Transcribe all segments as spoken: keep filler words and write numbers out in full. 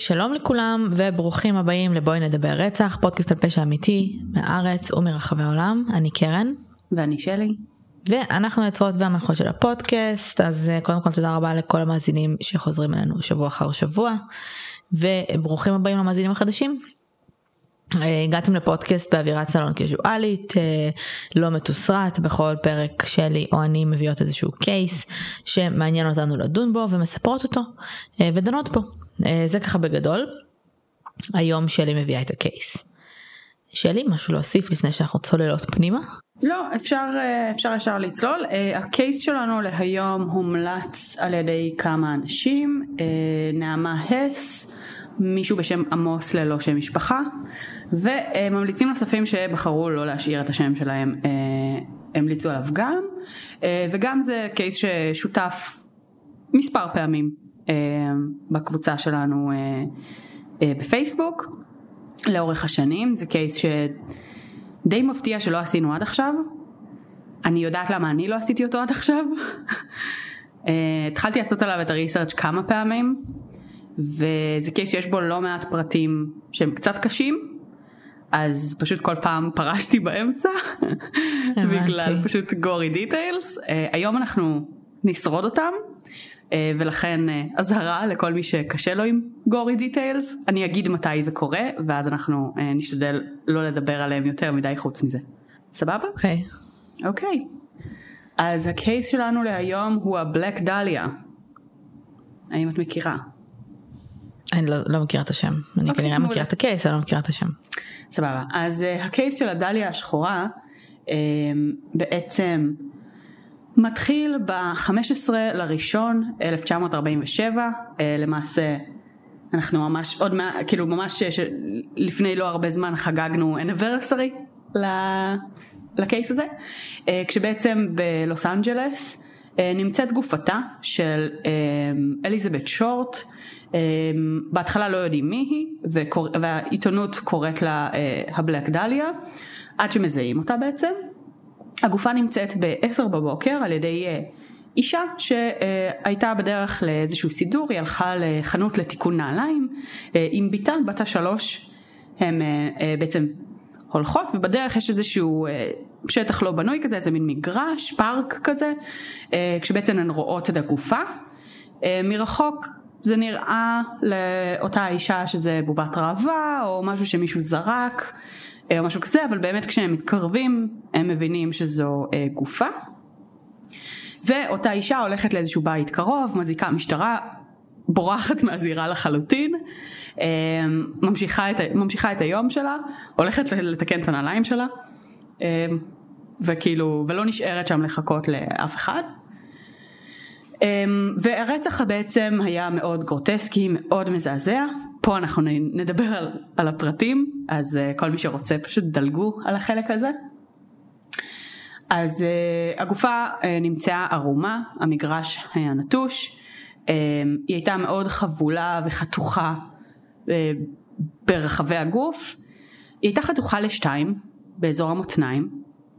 שלום לכולם וברוכים הבאים לבואי נדבר רצח, פודקאסט על פשע אמיתי מהארץ ומרחבי העולם. אני קרן. ואני שלי. ואנחנו היוצרות והמנחות של הפודקאסט, אז קודם כל תודה רבה לכל המאזינים שחוזרים אלינו שבוע אחר שבוע, וברוכים הבאים למאזינים החדשים. הגעתם לפודקאסט באווירת סלון קזואלית, לא מתוסרט. בכל פרק שלי או אני מביאות איזשהו קייס שמעניין אותנו לדון בו ומספרות אותו ודנות בו. זה ככה בגדול. היום שלי מביאה את הקייס. שלי, משהו להוסיף לפני שאנחנו צוללות פנימה? לא, אפשר, אפשר ישר לצלול. הקייס שלנו להיום הומלץ על ידי כמה אנשים. נעמה הס, מישהו בשם עמוס ללא שם משפחה, וממליצים נוספים שבחרו לא להשאיר את השם שלהם, המליצו עליו גם, וגם זה קייס ששותף מספר פעמים בקבוצה שלנו בפייסבוק לאורך השנים. זה קייס שדי מפתיע שלא עשינו עד עכשיו. אני יודעת למה אני לא עשיתי אותו עד עכשיו. התחלתי לעשות עליו את הריסרצ' כמה פעמים, וזה קייס שיש בו לא מעט פרטים שהם קצת קשים, אז פשוט כל פעם פרשתי באמצע בגלל פשוט גורי דיטיילס. היום אנחנו נשרוד אותם, ולכן הזהרה לכל מי שקשה לו עם גורי דיטיילס. אני אגיד מתי זה קורה, ואז אנחנו נשתדל לא לדבר עליהם יותר מדי חוץ מזה. סבבה? אוקיי. אוקיי. אז הקייס שלנו להיום הוא הבלק דליה. האם את מכירה? אני לא, לא מכירה את השם. אני okay, כנראה מכירה את הקייס, אני לא מכירה את השם. סבבה. אז uh, הקייס של הדליה השחורה uh, בעצם מתחיל ב-חמישה עשר לראשון אלף תשע מאות ארבעים ושבע. Uh, למעשה אנחנו ממש עוד מה, כאילו ממש ש... לפני לא הרבה זמן חגגנו anniversary לקייס הזה. Uh, כשבעצם בלוס אנג'לס uh, נמצאת גופתה של uh, אליזבת שורט. בהתחלה לא יודעים מי היא, והעיתונות קוראת לה הבלק דליה, עד שמזהים אותה בעצם. הגופה נמצאת ב-עשר בבוקר על ידי אישה שהייתה בדרך לאיזשהו סידור. היא הלכה לחנות לתיקון נעליים עם ביתה, בתה שלוש. הם בעצם הולכות, ובדרך יש איזשהו שטח לא בנוי כזה, איזה מין מגרש, פארק כזה, כשבעצם הן רואות את הגופה. מרחוק זה נראה לאותה האישה שזה בובת רעבה או משהו שמישהו זרק או משהו כזה, אבל באמת כשהם מתקרבים הם מבינים שזו גופה. ואותה אישה הולכת לאיזשהו בית קרוב, מזיקה משטרה, בורחת מהזירה לחלוטין, ממשיכה את, ממשיכה את היום שלה, הולכת לתקן את הנעליים שלה, וכאילו, ולא נשארת שם לחכות לאף אחד. והרצח בעצם היה מאוד גרוטסקי, מאוד מזעזע. פה אנחנו נדבר על, על הפרטים, אז כל מי שרוצה פשוט דלגו על החלק הזה. אז הגופה נמצאה ערומה, המגרש היה נטוש, היא הייתה מאוד חבולה וחתוכה ברחבי הגוף. היא הייתה חתוכה לשתיים באזור המותניים.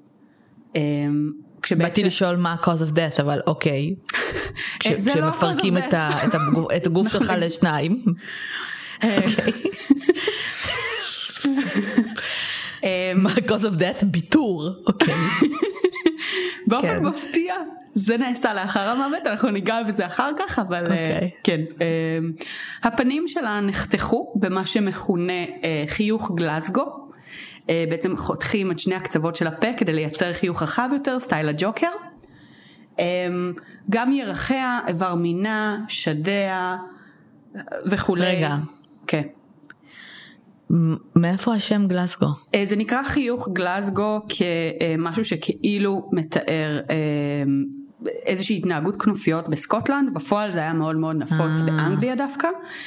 באתי לשאול מה cause of death, אבל אוקיי. כשמפרקים את הגוף שלך לשניים. מה cause of death? ביטור. אוקיי. באופן מפתיע. זה נעשה לאחר המוות, אנחנו ניגע בזה אחר כך, אבל כן. הפנים שלה נחתכו במה שמכונה חיוך גלסגו. בעצם חותכים את שני הקצוות של הפה כדי לייצר חיוך רחב יותר, סטייל הג'וקר. גם ירחיה, איבר מינה, שדיה וכו'. רגע. כן. מאיפה השם גלסגו? זה נקרא חיוך גלסגו כמשהו שכאילו מתאר איזושהי התנהגות כנופיות בסקוטלנד. בפועל זה היה מאוד מאוד נפוץ באנגליה דווקא.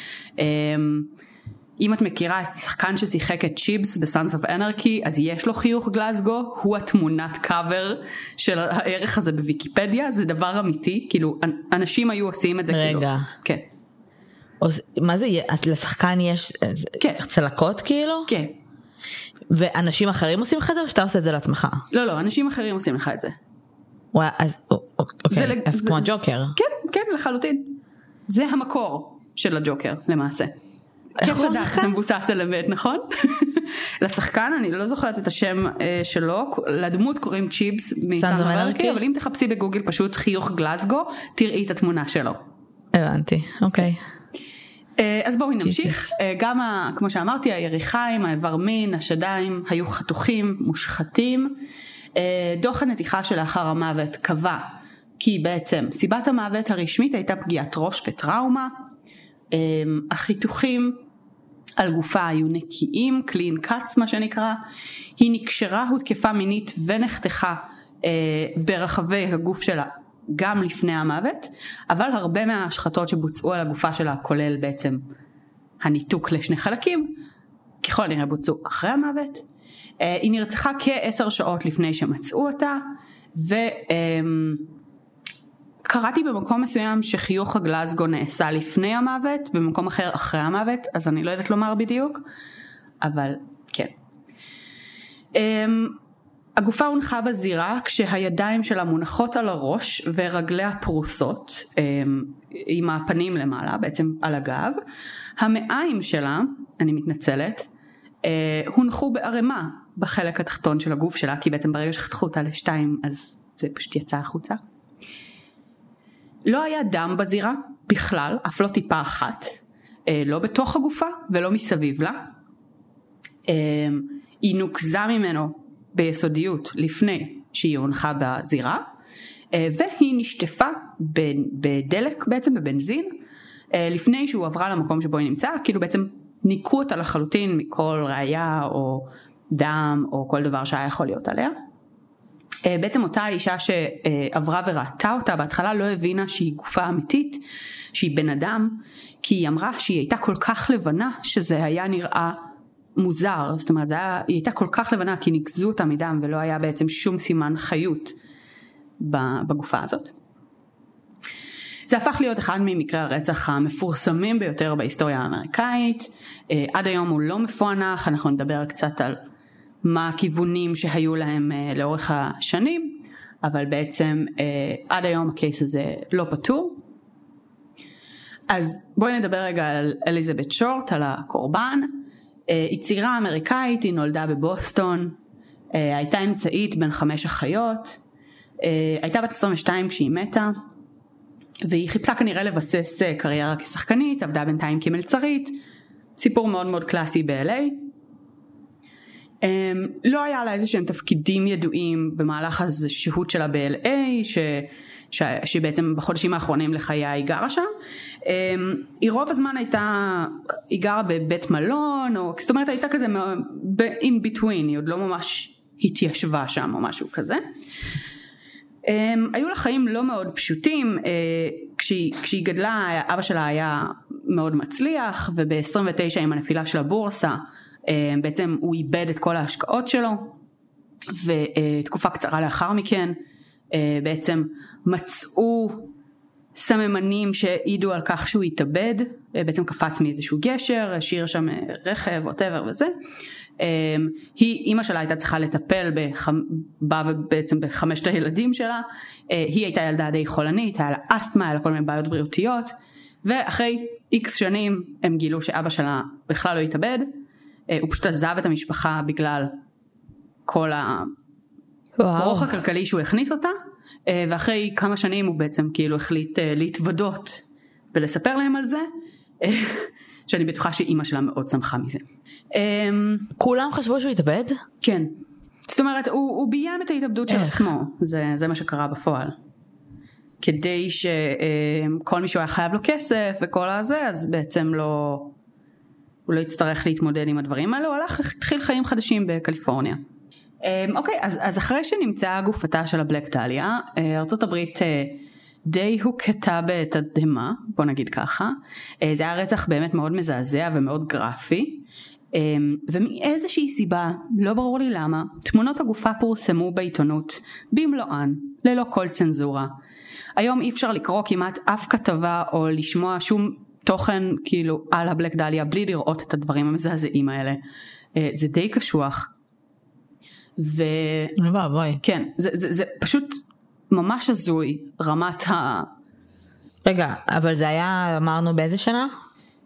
אם את מכירה שחקן ששיחק את צ'יבס בסאנס אוף אנרקי, אז יש לו חיוך גלסגו, הוא התמונת קאבר של הערך הזה בוויקיפדיה. זה דבר אמיתי, כאילו אנשים היו עושים את זה. רגע. כאילו. כן. מה זה, לשחקן יש כן. צלקות כאילו? כן. ואנשים אחרים עושים לך את זה או שאתה עושה את זה לעצמך? לא, לא, אנשים אחרים עושים לך את זה. וואי, אז אוקיי, זה, אז זה, כמו הג'וקר. כן, כן, לחלוטין. זה המקור של הג'וקר, למעשה. כיף לדעת שזה מבוסס על אמת, נכון? לשחקן, אני לא זוכרת את השם שלו, לדמות קוראים צ'יבס מסאנס אוף אנרכי, אבל אם תחפשי בגוגל פשוט חיוך גלסגו, תראי את התמונה שלו. הבנתי, אוקיי. אז בואו נמשיך. גם, כמו שאמרתי, היריחיים, האיבר מין, השדיים, היו חתוכים, מושחתים. דוח הנתיחה שלאחר המוות קבע כי בעצם סיבת המוות הרשמית הייתה פגיעת ראש וטראומה. החיתוכים על גופה היו נקיים, קלין קאץ מה שנקרא. היא נקשרה, הותקפה מינית ונחתכה ברחבי הגוף שלה גם לפני המוות, אבל הרבה מההשחתות שבוצעו על הגופה שלה כולל בעצם הניתוק לשני חלקים, ככל נראה בוצעו אחרי המוות. היא נרצחה כעשר שעות לפני שמצאו אותה, וקראתי במקום מסוים שחיוך הגלסגו נעשה לפני המוות, במקום אחר אחרי המוות, אז אני לא יודעת לומר בדיוק, אבל כן. הגופה הונחה בזירה כשהידיים שלה מונחות על הראש ורגליה פרוסות עם הפנים למעלה, בעצם על הגב. המעיים שלה, אני מתנצלת, הונחו בערימה בחלק התחתון של הגוף שלה, כי בעצם ברגע שחתכו אותה לשתיים אז זה פשוט יצא החוצה. לא היה דם בזירה בכלל, אף לא טיפה אחת, לא בתוך הגופה ולא מסביב לה. היא נוקזה ממנו ביסודיות לפני שהיא הונחה בזירה, והיא נשטפה בדלק בעצם בבנזין, לפני שהוא עברה למקום שבו היא נמצאה, כאילו בעצם ניקו אותה לחלוטין מכל ראיה או דם או כל דבר שהיה יכול להיות עליה. בעצם אותה האישה שעברה וראתה אותה בהתחלה לא הבינה שהיא גופה אמיתית, שהיא בן אדם, כי היא אמרה שהיא הייתה כל כך לבנה שזה היה נראה מוזר, זאת אומרת, היה, היא הייתה כל כך לבנה כי נגזו אותה מדם ולא היה בעצם שום סימן חיות בגופה הזאת. זה הפך להיות אחד ממקרי הרצח המפורסמים ביותר בהיסטוריה האמריקאית. עד היום הוא לא מפוענח, אנחנו נדבר קצת על מה הכיוונים שהיו להם לאורך השנים, אבל בעצם עד היום הקייס הזה לא פתור. אז בואי נדבר רגע על אליזבת שורט, על הקורבן. היא צעירה אמריקאית, היא נולדה בבוסטון, הייתה אמצעית בין חמש אחיות, הייתה בת עשרים ושתיים כשהיא מתה, והיא חיפשה כנראה לבסס קריירה כשחקנית, עבדה בינתיים כמלצרית, סיפור מאוד מאוד קלאסי ב-אל איי. לא היה לה איזה שהם תפקידים ידועים במהלך השהות שלה ב-אל איי, ש... ש... שבעצם בחודשים האחרונים לחייה היא גרה שם. היא רוב הזמן הייתה, היא גרה בבית מלון, או, זאת אומרת הייתה כזה in between, היא עוד לא ממש התיישבה שם או משהו כזה. היו לה חיים לא מאוד פשוטים, כשהיא, כשהיא גדלה אבא שלה היה מאוד מצליח, וב-עשרים ותשע עם הנפילה של הבורסה, בעצם הוא איבד את כל ההשקעות שלו, ותקופה קצרה לאחר מכן, בעצם מצאו סממנים שהעידו על כך שהוא התאבד, בעצם קפץ מאיזשהו גשר, השאיר שם רכב, whatever וזה. היא, אמא שלה הייתה צריכה לטפל בה ובעצם בחמשת הילדים שלה, היא הייתה ילדה די חולנית, היה לה אסתמה, היה לה כל מיני בעיות בריאותיות, ואחרי איקס שנים הם גילו שאבא שלה בכלל לא התאבד, הוא פשוט עזב את המשפחה בגלל כל הרוח הכלכלי שהוא הכניס אותה, ואחרי כמה שנים הוא בעצם כאילו החליט להתוודות ולספר להם על זה, שאני בטוחה שאימא שלה מאוד שמחה מזה. כולם חשבו שהוא התאבד? כן. זאת אומרת, הוא, הוא ביים את ההתאבדות של עצמו, זה, זה מה שקרה בפועל. כדי שכל מי שהוא היה חייב לו כסף וכל הזה, אז בעצם לא, הוא לא יצטרך להתמודד עם הדברים האלה, הוא הלך, התחיל חיים חדשים בקליפורניה. אוקיי, אז, אז אחרי שנמצאה גופתה של הבלק דליה, ארצות הברית די הוקטה בתדהמה, בוא נגיד ככה. זה היה רצח באמת מאוד מזעזע ומאוד גרפי, ומאיזושהי סיבה, לא ברור לי למה, תמונות הגופה פורסמו בעיתונות, במלואן, ללא כל צנזורה. היום אי אפשר לקרוא כמעט אף כתבה או לשמוע שום תוכן כאילו על הבלק דליה, בלי לראות את הדברים המזעזעים האלה. זה די קשוח. ו... בואי. כן, זה, זה, זה פשוט ממש הזוי, רמת ה... רגע, אבל זה היה, אמרנו באיזה שנה?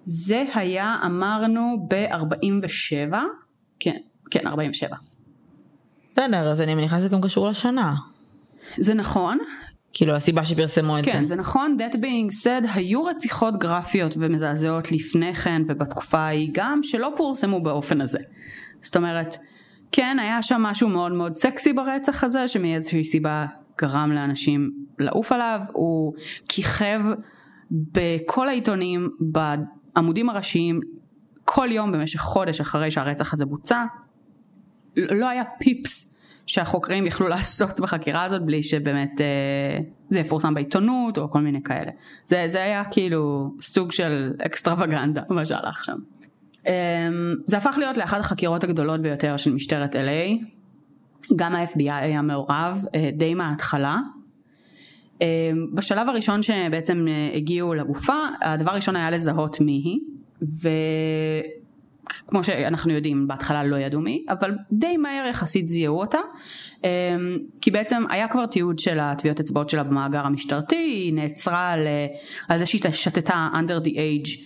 זה היה, אמרנו, ב-ארבעים ושבע, כן, כן, ארבעים ושבע. בסדר, אז אני מניחה שזה גם קשור לשנה. זה נכון. כאילו הסיבה שפרסמו את זה. כן, זה נכון. That being said, היו רציחות גרפיות ומזעזעות לפני כן ובתקופה ההיא גם שלא פורסמו באופן הזה. זאת אומרת, כן, היה שם משהו מאוד מאוד סקסי ברצח הזה, שמאיזושהי סיבה גרם לאנשים לעוף עליו. הוא כיכב בכל העיתונים, בעמודים הראשיים, כל יום במשך חודש אחרי שהרצח הזה בוצע. לא היה פיפס שהחוקרים יכלו לעשות בחקירה הזאת בלי שבאמת אה, זה יפורסם בעיתונות או כל מיני כאלה. זה, זה היה כאילו סוג של אקסטרווגנדה מה שהלך שם. אה, זה הפך להיות לאחת החקירות הגדולות ביותר של משטרת אל איי. גם ה-אף בי איי היה מעורב אה, די מההתחלה. אה, בשלב הראשון שבעצם אה, הגיעו לגופה, הדבר הראשון היה לזהות מי היא, ו... כמו שאנחנו יודעים, בהתחלה לא ידעו מי, אבל די מהר יחסית זיהו אותה, כי בעצם היה כבר תיעוד של הטביעות אצבעות שלה במאגר המשטרתי, היא נעצרה על, על זה שהיא שתתה under the age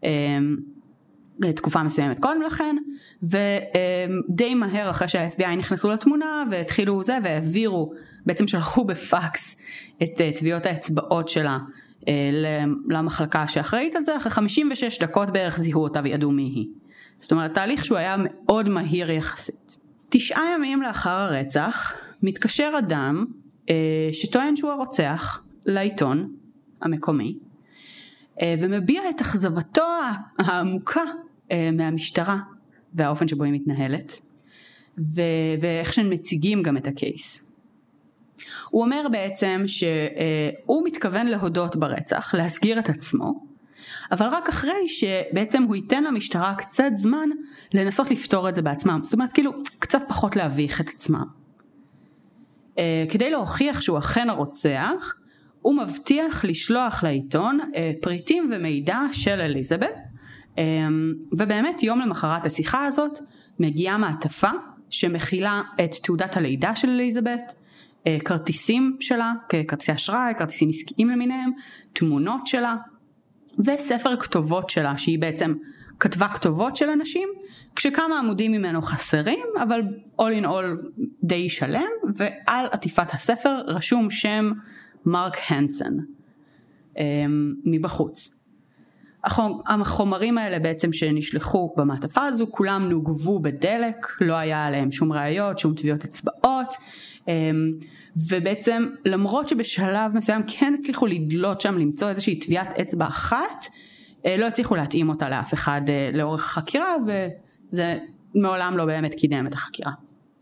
תקופה מסוימת קודם לכן, ודי מהר אחרי שה-אף בי איי נכנסו לתמונה והתחילו זה, והעבירו, בעצם שלחו בפקס את טביעות האצבעות שלה למחלקה שאחראית על זה, אחרי חמישים ושש דקות בערך זיהו אותה וידעו מי היא. זאת אומרת, תהליך שהוא היה מאוד מהיר יחסית. תשעה ימים לאחר הרצח, מתקשר אדם אה, שטוען שהוא הרוצח לעיתון המקומי, אה, ומביע את אכזבתו העמוקה אה, מהמשטרה, והאופן שבו היא מתנהלת, ו- ואיך שהם מציגים גם את הקייס. הוא אומר בעצם שהוא מתכוון להודות ברצח, להסגיר את עצמו, אבל רק אחרי שבעצם הוא ייתן למשטרה קצת זמן לנסות לפתור את זה בעצמם. זאת אומרת, כאילו, קצת פחות להביך את עצמם. כדי להוכיח שהוא אכן הרוצח, הוא מבטיח לשלוח לעיתון פריטים ומידע של אליזבת, ובאמת יום למחרת השיחה הזאת מגיעה מעטפה שמכילה את תעודת הלידה של אליזבת, כרטיסים שלה, כרטיסי אשראי, כרטיסים עסקיים למיניהם, תמונות שלה, וספר כתובות שלה, שהיא בעצם כתבה כתובות של אנשים, כשכמה עמודים ממנו חסרים, אבל all in all די שלם, ועל עטיפת הספר רשום שם מרק הנסן, מבחוץ. החומרים האלה בעצם שנשלחו במעטפה הזו, כולם נוגבו בדלק, לא היה עליהם שום ראיות, שום טביעות אצבעות, ובעצם למרות שבשלב מסוים כן הצליחו לדלות שם, למצוא איזושהי טביעת אצבע אחת, לא הצליחו להתאים אותה לאף אחד לאורך החקירה, וזה מעולם לא באמת קידם את החקירה.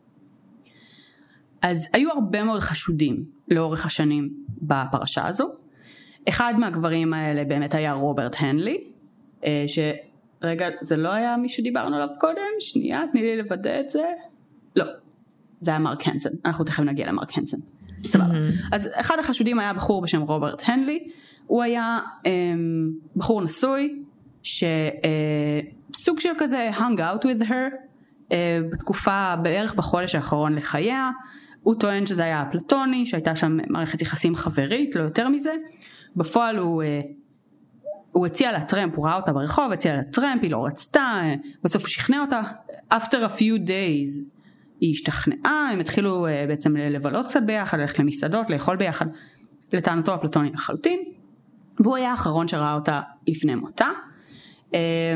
אז היו הרבה מאוד חשודים לאורך השנים בפרשה הזו. אחד מהגברים האלה באמת היה רוברט הנלי, שרגע, זה לא היה מי שדיברנו עליו קודם? שנייה, תני לי לוודא את זה. לא. זה היה מרק הנסן, אנחנו תכף נגיע למרק הנסן. סבבה. אז אחד החשודים היה בחור בשם רוברט הנלי, הוא היה um, בחור נשוי, שסוג uh, של כזה hung out with her, uh, בתקופה בערך בחודש האחרון לחייה, הוא טוען שזה היה פלטוני, שהייתה שם מערכת יחסים חברית, לא יותר מזה, בפועל הוא, uh, הוא הציע לה טרמפ, הוא ראה אותה ברחוב, הציע לה טרמפ, היא לא רצתה, uh, בסוף הוא שכנע אותה, after a few days, היא השתכנעה, הם התחילו uh, בעצם לבלות קצת ביחד, ללכת למסעדות, לאכול ביחד, לטענתו הפלטוני לחלוטין, והוא היה האחרון שראה אותה לפני מותה. Um,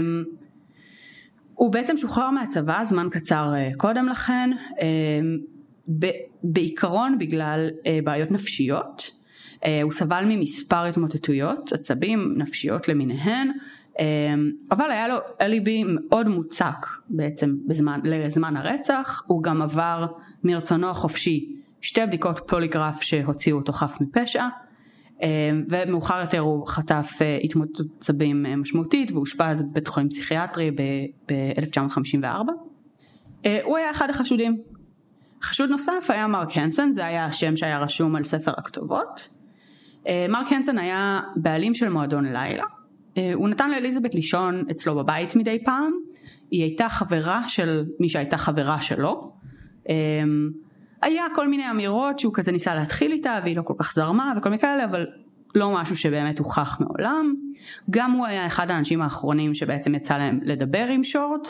הוא בעצם שוחרר מהצבא, זמן קצר uh, קודם לכן, um, ב- בעיקרון בגלל uh, בעיות נפשיות, uh, הוא סבל ממספר התמוטטויות, עצבים נפשיות למיניהן, אבל היה לו אליבי מאוד מוצק בעצם בזמן, לזמן הרצח. הוא גם עבר מרצונו החופשי שתי בדיקות פוליגרף שהוציאו אותו חף מפשע, ומאוחר יותר הוא חטף התמוטטות עצבים משמעותית והושפז בבית חולים פסיכיאטרי ב-אלף תשע מאות חמישים וארבע. הוא היה אחד החשודים. חשוד נוסף היה מרק הנסן, זה היה השם שהיה רשום על ספר הכתובות. מרק הנסן היה בעלים של מועדון לילה, הוא נתן לאליזבת לישון אצלו בבית מדי פעם, היא הייתה חברה של מי שהייתה חברה שלו, היה כל מיני אמירות שהוא כזה ניסה להתחיל איתה והיא לא כל כך זרמה וכל מיני כאלה, אבל לא משהו שבאמת הוכח מעולם. גם הוא היה אחד האנשים האחרונים שבעצם יצא להם לדבר עם שורט,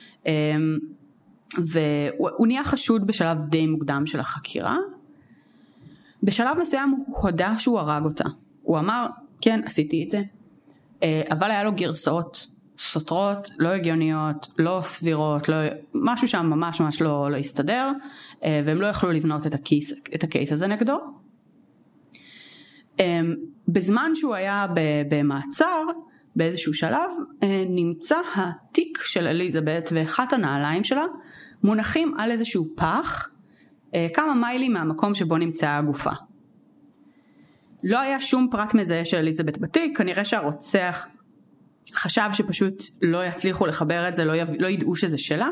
והוא נהיה חשוד בשלב די מוקדם של החקירה. בשלב מסוים הוא הודע שהוא הרג אותה. הוא אמר, כן, עשיתי את זה. אבל היה לו גרסאות סותרות, לא הגיוניות, לא סבירות, לא, משהו שם ממש ממש לא, לא הסתדר, והם לא יכלו לבנות את הקייס, את הקייס הזה נגדו. בזמן שהוא היה במעצר, באיזשהו שלב, נמצא התיק של אליזבת ואחת הנעליים שלה, מונחים על איזשהו פח, כמה מיילים מהמקום שבו נמצאה הגופה. לא היה שום פרט מזהה של אליזבת בתיק, כנראה שהרוצח חשב שפשוט לא יצליחו לחבר את זה, לא, יב... לא ידעו שזה שלה,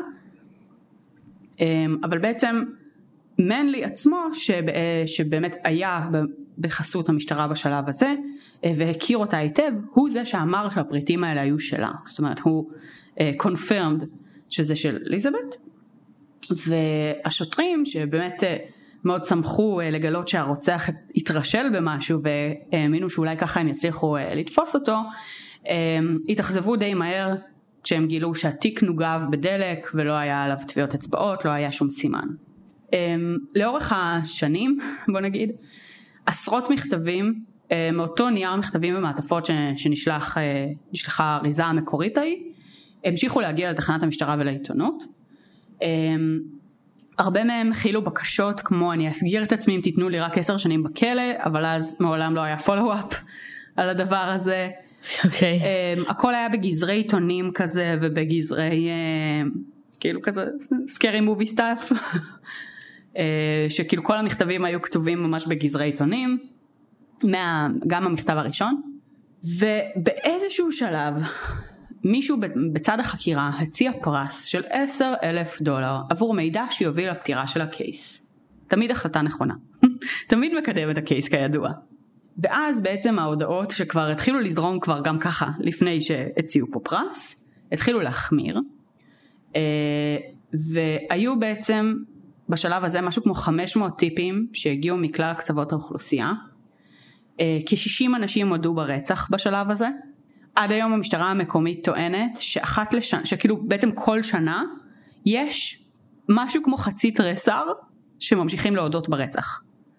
אבל בעצם מנלי עצמו, שבא... שבאמת היה בחסות המשטרה בשלב הזה, והכיר אותה היטב, הוא זה שאמר שהפריטים האלה היו שלה, זאת אומרת הוא confirmed שזה של אליזבת, והשוטרים שבאמת מאוד שמחו לגלות שהרוצח התרשל במשהו, והאמינו שאולי ככה הם יצליחו לתפוס אותו, התאכזבו די מהר כשהם גילו שהתיק נוגב בדלק ולא היה עליו טביעות אצבעות, לא היה שום סימן. לאורך השנים, בוא נגיד, עשרות מכתבים, מאותו נייר מכתבים ומעטפות שנשלח, נשלחה האריזה המקורית ההיא, המשיכו להגיע לתחנת המשטרה ולעיתונות. הרבה מהם הכילו בקשות כמו אני אסגיר את עצמי אם תיתנו לי רק עשר שנים בכלא, אבל אז מעולם לא היה פולו-אפ על הדבר הזה. אוקיי. Okay. הכל היה בגזרי עיתונים כזה ובגזרי כאילו כזה סקרי מובי סטאפ, שכאילו כל המכתבים היו כתובים ממש בגזרי עיתונים, מה, גם המכתב הראשון, ובאיזשהו שלב מישהו בצד החקירה הציע פרס של עשרת אלפים דולר עבור מידע שיוביל לפתירה של הקייס. תמיד החלטה נכונה. תמיד מקדם את הקייס כידוע. ואז בעצם ההודעות שכבר התחילו לזרום כבר גם ככה, לפני שהציעו פה פרס, התחילו להחמיר, והיו בעצם בשלב הזה משהו כמו חמש מאות טיפים שהגיעו מכלל קצוות האוכלוסייה, כ-שישים אנשים הודו ברצח בשלב הזה, עד היום המשטרה המקומית טוענת שאחת לשנה, שכאילו בעצם כל שנה יש משהו כמו חצי תריסר שממשיכים להודות ברצח.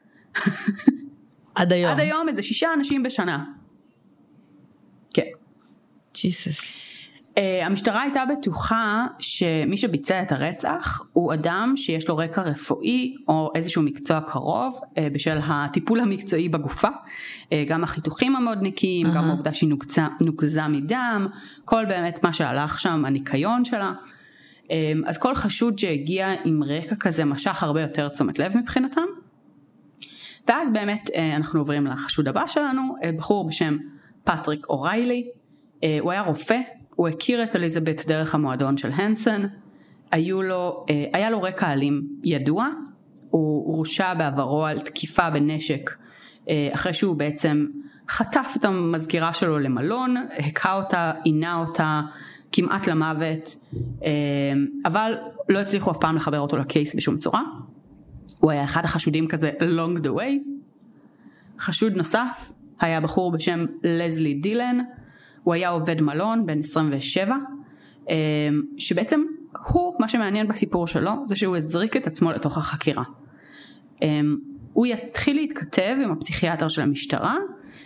עד היום. עד היום איזה שישה אנשים בשנה. כן. ג'יסוס. Uh, המשטרה הייתה בטוחה שמי שביצע את הרצח הוא אדם שיש לו רקע רפואי או איזשהו מקצוע קרוב uh, בשל הטיפול המקצועי בגופה, uh, גם החיתוכים המאוד נקיים, uh-huh. גם העובדה שהיא נוגזה, נוגזה מדם, כל באמת מה שהלך שם, הניקיון שלה. Uh, אז כל חשוד שהגיע עם רקע כזה משך הרבה יותר תשומת לב מבחינתם. ואז באמת uh, אנחנו עוברים לחשוד הבא שלנו, uh, בחור בשם פטריק אוריילי, uh, הוא היה רופא, הוא הכיר את אליזבת דרך המועדון של הנסון, היו לו, היה לו רקע אלים ידוע, הוא הורשע בעברו על תקיפה בנשק, אחרי שהוא בעצם חטף את המזכירה שלו למלון, הקה אותה, עינה אותה כמעט למוות, אבל לא הצליחו אף פעם לחבר אותו לקייס בשום צורה. הוא היה אחד החשודים כזה along the way. חשוד נוסף היה בחור בשם לזלי דילן, הוא היה עובד מלון בן עשרים ושבע, שבעצם הוא, מה שמעניין בסיפור שלו, זה שהוא הזריק את עצמו לתוך החקירה. הוא יתחיל להתכתב עם הפסיכיאטר של המשטרה,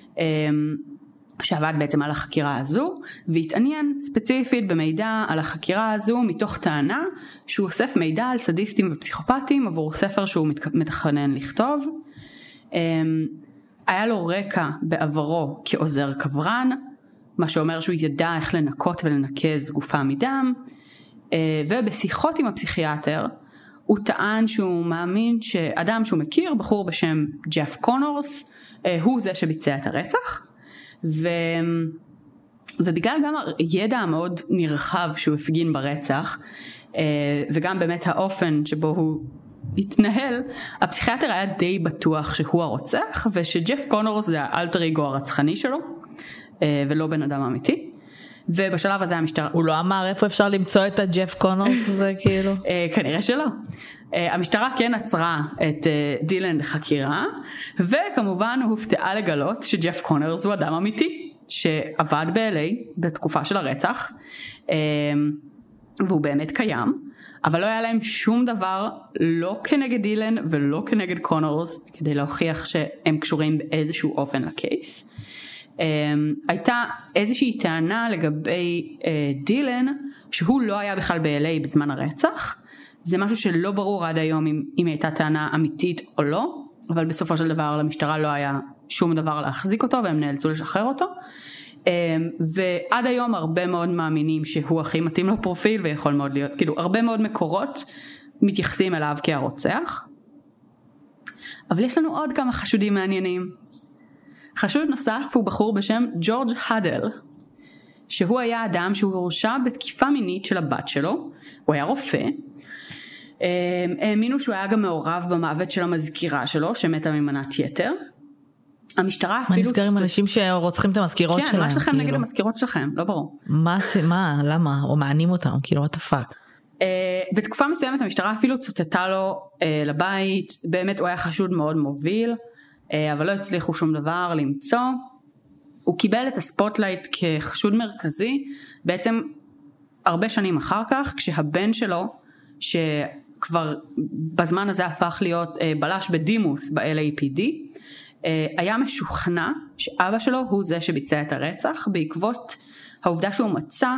שעבד בעצם על החקירה הזו, והתעניין ספציפית במידע על החקירה הזו, מתוך טענה שהוא אוסף מידע על סדיסטים ופסיכופטים, עבור ספר שהוא מתכנן לכתוב. היה לו רקע בעברו כעוזר קברן, מה שאומר שהוא ידע איך לנקות ולנקז גופה מדם, ובשיחות עם הפסיכיאטר, הוא טען שהוא מאמין שאדם שהוא מכיר, בחור בשם ג'ף קונורס, הוא זה שביצע את הרצח, ו... ובגלל גם הידע המאוד נרחב שהוא הפגין ברצח, וגם באמת האופן שבו הוא התנהל, הפסיכיאטר היה די בטוח שהוא הרוצח, ושג'ף קונורס זה האלטר אגו הרצחני שלו, ולא בן אדם אמיתי. ובשלב הזה המשטרה... הוא לא אמר איפה אפשר למצוא את הג'ף קונורס הזה כאילו? כנראה שלא. המשטרה כן עצרה את דילן לחקירה, וכמובן הופתעה לגלות שג'ף קונורס הוא אדם אמיתי, שעבד ב-אל איי בתקופה של הרצח, והוא באמת קיים, אבל לא היה להם שום דבר, לא כנגד דילן ולא כנגד קונורס, כדי להוכיח שהם קשורים באיזשהו אופן לקייס. הייתה איזושהי טענה לגבי דילן, שהוא לא היה בכלל ב-אל איי בזמן הרצח, זה משהו שלא ברור עד היום אם, אם הייתה טענה אמיתית או לא, אבל בסופו של דבר למשטרה לא היה שום דבר להחזיק אותו, והם נאלצו לשחרר אותו, ועד היום הרבה מאוד מאמינים שהוא הכי מתאים לפרופיל, ויכול מאוד להיות, כאילו הרבה מאוד מקורות מתייחסים אליו כהרוצח, אבל יש לנו עוד כמה חשודים מעניינים. חשוד נוסף הוא בחור בשם ג'ורג' הדל, שהוא היה אדם שהוא הורשע בתקיפה מינית של הבת שלו, הוא היה רופא, האמינו שהוא היה גם מעורב במוות של המזכירה שלו, שמתה ממנת יתר. המשטרה אפילו... מה נסגר עם אנשים שרוצחים את המזכירות שלהם? כן, מה שלכם נגד המזכירות שלכם? לא ברור. מה, מה, למה? או מענים אותם, כאילו, what the fuck? בתקופה מסוימת המשטרה אפילו צוטטה לו לבית, באמת הוא היה חשוד מאוד מוביל, אבל לא הצליחו שום דבר למצוא. הוא קיבל את הספוטלייט כחשוד מרכזי, בעצם הרבה שנים אחר כך, כשהבן שלו, שכבר בזמן הזה הפך להיות בלש בדימוס ב-אל איי פי די, היה משוכנע שאבא שלו הוא זה שביצע את הרצח, בעקבות העובדה שהוא מצא,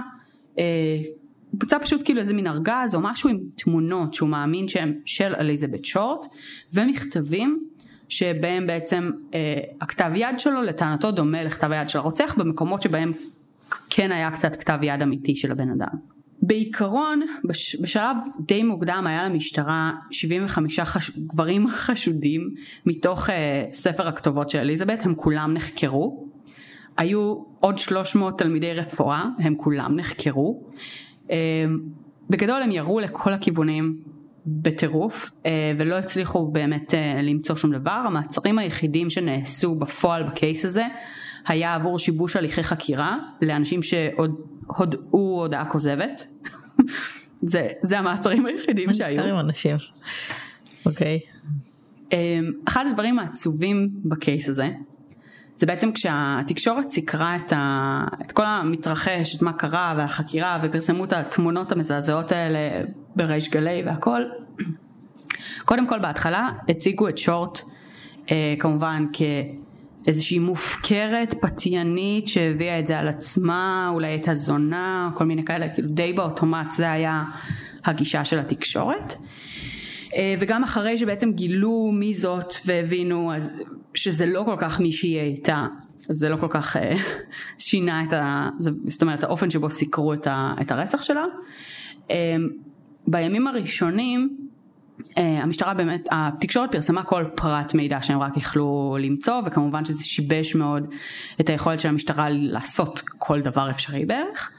מצא פשוט כאילו איזה מין ארגז או משהו עם תמונות שהוא מאמין שהם של אליזבת שורט, ומכתבים שבהם בעצם הכתב יד שלו לטענתו דומה לכתב היד של הרוצח, במקומות שבהם כן היה קצת כתב יד אמיתי של הבן אדם. בעיקרון, בשלב די מוקדם היה למשטרה שבעים וחמישה חש... גברים חשודים מתוך uh, ספר הכתובות של אליזבת, הם כולם נחקרו. היו עוד שלוש מאות תלמידי רפואה, הם כולם נחקרו. Uh, בגדול הם ירו לכל הכיוונים בטירוף, uh, ולא הצליחו באמת uh, למצוא שום דבר. המעצרים היחידים שנעשו בפועל בקייס הזה, היה עבור שיבוש הליכי חקירה, לאנשים שעוד הודעו הודעה כוזבת. זה, זה המעצרים היחידים שהיו. מזכרים אנשים. אוקיי. אחד הדברים העצובים בקייס הזה, זה בעצם כשהתקשורת סיקרה את, ה, את כל המתרחש, את מה קרה והחקירה, ופרסמו את התמונות המזעזעות האלה בריש גלי והכל. קודם כל בהתחלה הציגו את שורט, כמובן כ... איזושהי מופקרת פתיינית שהביאה את זה על עצמה, אולי את הזונה, כל מיני כאלה, כאילו די באוטומט, זה היה הגישה של התקשורת. וגם אחרי שבעצם גילו מי זאת והבינו אז שזה לא כל כך מי שהיא הייתה, אז זה לא כל כך שינה את ה... זאת אומרת, האופן שבו סיקרו את, ה, את הרצח שלה. בימים הראשונים, המשטרה באמת, התקשורת פרסמה כל פרט מידע שהם רק יכלו למצוא, וכמובן שזה שיבש מאוד את היכולת של המשטרה לעשות כל דבר אפשרי בערך.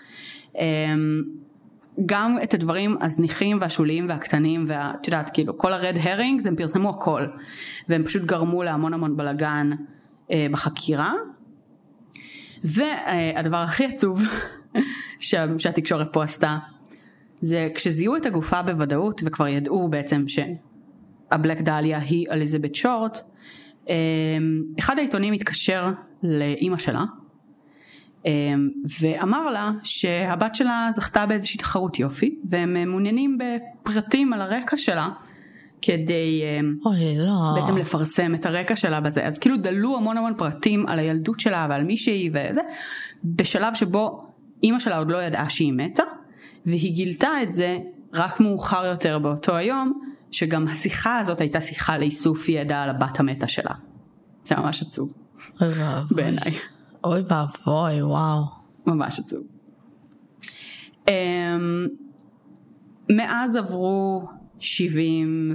גם את הדברים הזניחים והשוליים והקטנים, ואת יודעת, כאילו, כל הרד הרינגס, הם פרסמו הכל, והם פשוט גרמו להמון המון בלגן בחקירה. והדבר הכי עצוב שהתקשורת פה עשתה, זה כשזיהו את הגופה בוודאות, וכבר ידעו בעצם שהבלק דליה היא אליזבת שורט, אחד העיתונים התקשר לאמא שלה, ואמר לה שהבת שלה זכתה באיזושהי תחרות יופי, והם מעוניינים בפרטים על הרקע שלה, כדי אוי, לא. בעצם לפרסם את הרקע שלה בזה. אז כאילו דלו המון המון פרטים על הילדות שלה ועל מי שהיא וזה, בשלב שבו אמא שלה עוד לא ידעה שהיא מתה, והיא גילתה את זה רק מאוחר יותר באותו היום, שגם השיחה הזאת הייתה שיחה לאיסוף ידע על הבת המתה שלה. זה ממש עצוב. אוי ואבוי. בעיניי. אוי ואבוי, וואו. ממש עצוב. מאז עברו שבעים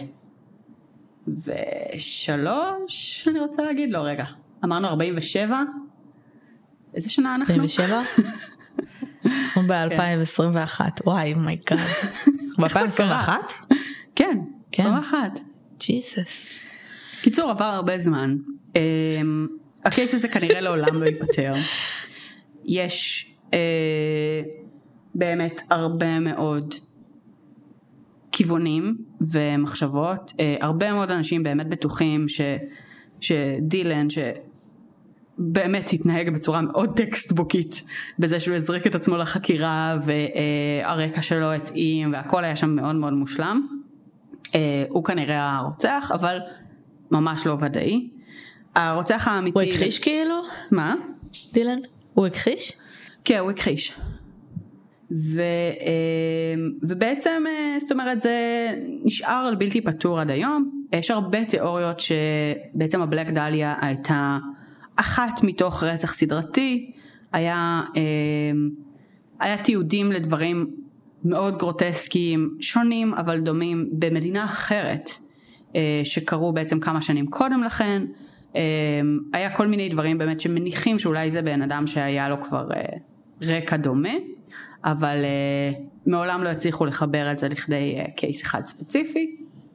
ושלוש, אני רוצה להגיד, לא רגע. אמרנו ארבעים ושבע? איזה שנה אנחנו? ארבעים ושבע? אנחנו ב-אלפיים עשרים ואחת, וואי, מי גאד. ב-אלפיים עשרים ואחת? כן, עשרים ואחת. ג'יסוס. קיצור, עבר הרבה זמן. הקייס הזה כנראה לעולם לא ייפטר. יש אה, באמת הרבה מאוד כיוונים ומחשבות, אה, הרבה מאוד אנשים באמת בטוחים ש, שדילן שבאמת התנהג בצורה מאוד טקסטבוקית בזה שהוא הזריק את עצמו לחקירה והרקע שלו התאים והכל היה שם מאוד מאוד מושלם. אה, הוא כנראה הרוצח אבל ממש לא ודאי. הרוצח האמיתי... הוא הכחיש כאילו? מה? דילן? הוא הכחיש? כן, הוא הכחיש. ו, ובעצם, זאת אומרת, זה נשאר על בלתי פתור עד היום. יש הרבה תיאוריות שבעצם הבלק דליה הייתה אחת מתוך רצח סדרתי. היה, היה תיעודים לדברים מאוד גרוטסקיים, שונים אבל דומים במדינה אחרת, שקרו בעצם כמה שנים קודם לכן. היה כל מיני דברים באמת שמניחים שאולי זה בן אדם שהיה לו כבר רקע דומה, אבל מעולם לא הצליחו לחבר את זה לכדי קייס אחד ספציפי.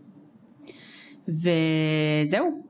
וזהו.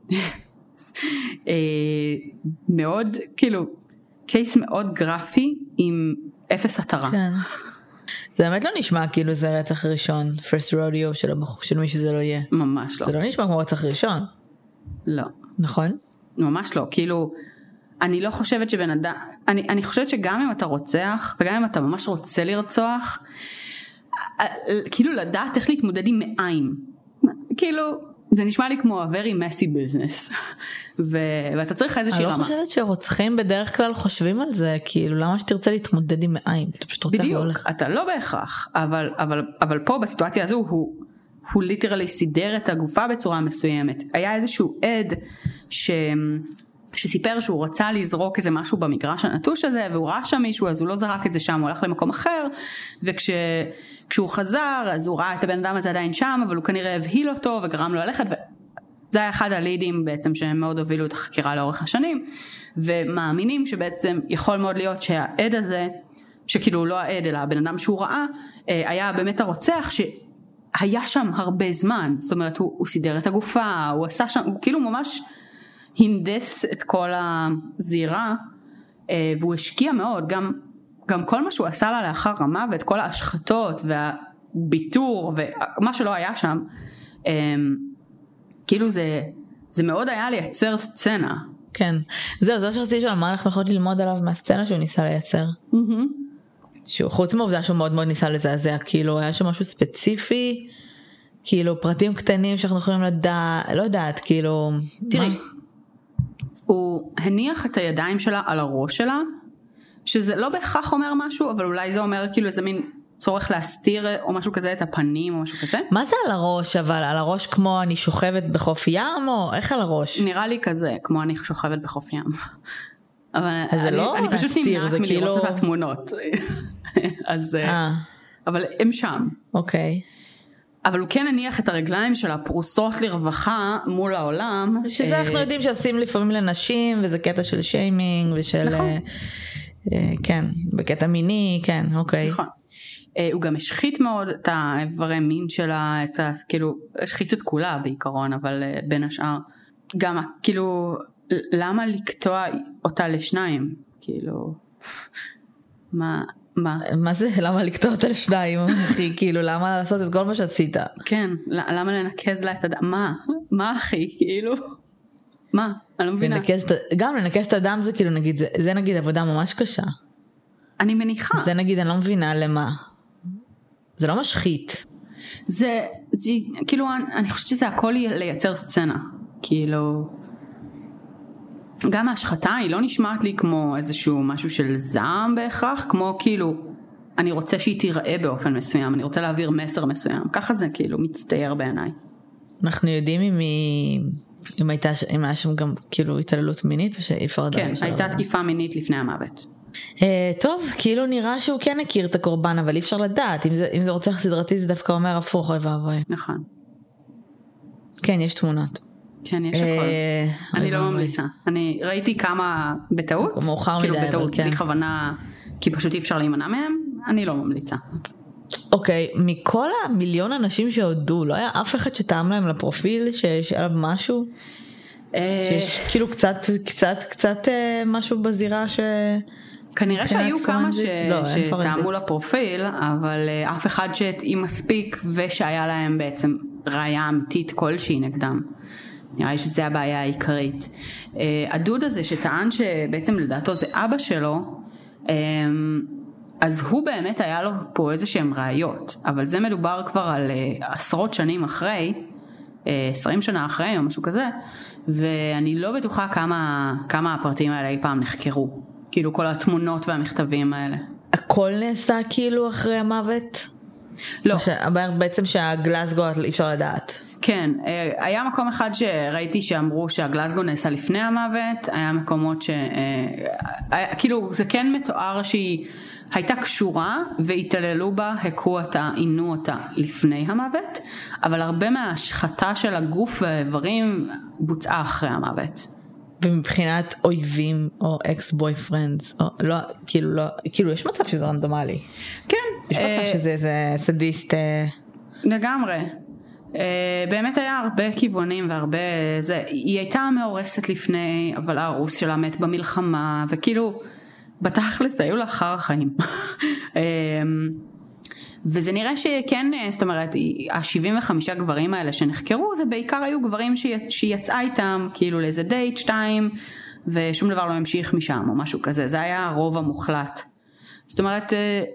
מאוד, כאילו, קייס מאוד גרפי עם אפס התרה. כן. זה באמת לא נשמע כאילו זה רצח ראשון, first rodeo של, של מי שזה לא יהיה. ממש לא. זה לא נשמע כמו רצח ראשון. לא. נכון? ממש לא. כאילו, אני לא חושבת שבן אדם, אני, אני חושבת שגם אם אתה רוצח, וגם אם אתה ממש רוצה לרצוח, כאילו לדעת איך להתמודד עם מאיים. כאילו, זה נשמע לי כמו a very messy business. ו, ואתה צריך איזושהי רמה. אני לא חושבת שרוצחים בדרך כלל חושבים על זה, כאילו, למה שתרצה להתמודד עם מאיים? אתה פשוט רוצה בדיוק, והולך. אתה לא בהכרח, אבל, אבל, אבל פה בסיטואציה הזו, הוא, הוא ליטרלי סידר את הגופה בצורה מסוימת. היה איזשהו עד ש... שסיפר שהוא רצה לזרוק איזה משהו במגרש הנטוש הזה, והוא ראה שם מישהו, אז הוא לא זרק את זה שם, הוא הלך למקום אחר, וכשהוא חזר, אז הוא ראה את הבן אדם הזה עדיין שם, אבל הוא כנראה הבהיל אותו, וגרם לו ללכת, וזה היה אחד הלידים בעצם, שהם מאוד הובילו את החקירה לאורך השנים, ומאמינים שבעצם יכול מאוד להיות שהעד הזה, שכאילו לא העד, אלא הבן אדם שהוא ראה, היה באמת הרוצח שהיה שם הרבה זמן, זאת אומרת, הוא, הוא סידר את הגופה, הוא עשה שם, הוא כאילו ממש הינדס את כל הזירה, והוא השקיע מאוד, גם, גם כל מה שהוא עשה לה לאחר רמה, ואת כל ההשחתות והביטור, ומה שלא היה שם, כאילו זה, זה מאוד היה לייצר סצנה. כן, זהו, זה שרציתי שלמה, מה אנחנו יכולים ללמוד עליו מהסצנה שהוא ניסה לייצר? שהוא, חוץ מהעובדה שהוא מאוד מאוד ניסה לזעזע, כאילו היה שם משהו ספציפי, כאילו פרטים קטנים שאנחנו יכולים לדעת, לא יודעת, כאילו... תראי, הוא הניח את הידיים שלה על הראש שלה, שזה לא בהכרח אומר משהו, אבל אולי זה אומר כאילו איזה מין צורך להסתיר או משהו כזה, את הפנים או משהו כזה. מה זה על הראש, אבל על הראש כמו אני שוכבת בחוף ים, או איך על הראש? נראה לי כזה, כמו אני שוכבת בחוף ים. אבל אז זה אני, לא אני פשוט נמנעת מלראות כאילו... את התמונות. אז, אבל הם שם. אוקיי. אבל הוא כן הניח את הרגליים של הפרוסות לרווחה מול העולם. שזה אנחנו יודעים שעושים לפעמים לנשים, וזה קטע של שיימינג, ושל... נכון. כן, בקטע מיני, כן, אוקיי. נכון. הוא גם השחית מאוד את האיברי מין שלה, את ה... כאילו, השחית את כולה בעיקרון, אבל בין השאר, גם כאילו, למה לקטוע אותה לשניים? כאילו, מה... מה? מה זה? למה לקטוע אותה לשניים? אחי, כאילו, למה לעשות את כל מה שעשית? כן, למה לנקז לה את הדם? מה? מה אחי? כאילו, מה? אני לא מבינה. גם לנקז את הדם זה כאילו, נגיד, זה נגיד עבודה ממש קשה. אני מניחה. זה נגיד, אני לא מבינה למה. זה לא משחית. זה, זה, כאילו, אני, אני חושבת שזה הכל לייצר סצנה. כאילו... גם ההשחתה היא לא נשמעת לי כמו איזשהו משהו של זעם בהכרח, כמו כאילו, אני רוצה שהיא תיראה באופן מסוים, אני רוצה להעביר מסר מסוים, ככה זה כאילו מצטייר בעיניי. אנחנו יודעים אם היא, אם הייתה, אם היה שם גם כאילו התעללות מינית, או שאי אפשר לדעת? כן, הייתה תקיפה מינית לפני המוות. טוב, כאילו נראה שהוא כן הכיר את הקורבן, אבל אי אפשר לדעת, אם זה, אם זה רוצח סדרתי זה דווקא אומר הפוך, אוי ואבוי. נכון. כן, יש תמונות. כן, יש הכל. אני לא ממליצה. אני ראיתי כמה בטעות, מאוחר מדי, כאילו בטעות, בלי כוונה, כי פשוט אי אפשר להימנע מהם, אני לא ממליצה. אוקיי, מכל המיליון אנשים שהודו, לא היה אף אחד שטעם להם לפרופיל, שיש עליו משהו? שיש כאילו קצת, קצת, קצת משהו בזירה כנראה שהיו כמה לא, שטעמו לפרופיל, אבל אף אחד שהתאים מספיק ושהיה להם בעצם ראיה אמיתית כלשהי נגדם. נראה לי שזה הבעיה העיקרית. הדוד הזה שטען שבעצם לדעתו זה אבא שלו, אז הוא באמת היה לו פה איזה שהם ראיות, אבל זה מדובר כבר על עשרות שנים אחרי, עשרים שנה אחרי או משהו כזה, ואני לא בטוחה כמה, כמה הפרטים האלה אי פעם נחקרו, כאילו כל התמונות והמכתבים האלה. הכל נעשה כאילו אחרי המוות? לא. בעצם שהגלסגו אי אפשר לדעת. כן, היה מקום אחד שראיתי שאמרו שהגלסגו נעשה לפני המוות, היה מקומות ש... כאילו זה כן מתואר שהיא הייתה קשורה והתעללו בה, הכו אותה, עינו אותה לפני המוות, אבל הרבה מההשחתה של הגוף והאיברים בוצעה אחרי המוות. ומבחינת אויבים או אקס בויפרנדס, או לא, כאילו לא, כאילו יש מצב שזה רנדומלי. כן. יש מצב שזה איזה סדיסט. לגמרי. באמת היה הרבה כיוונים והרבה זה, היא הייתה מאורסת לפני, אבל הרוס שלה מת במלחמה, וכאילו בתכלס היו לאחר החיים. וזה נראה שכן, זאת אומרת, ה-שבעים וחמישה גברים האלה שנחקרו, זה בעיקר היו גברים שהיא יצאה איתם, כאילו לאיזה דייט, שתיים, ושום דבר לא המשיך משם או משהו כזה, זה היה הרוב המוחלט. זאת אומרת,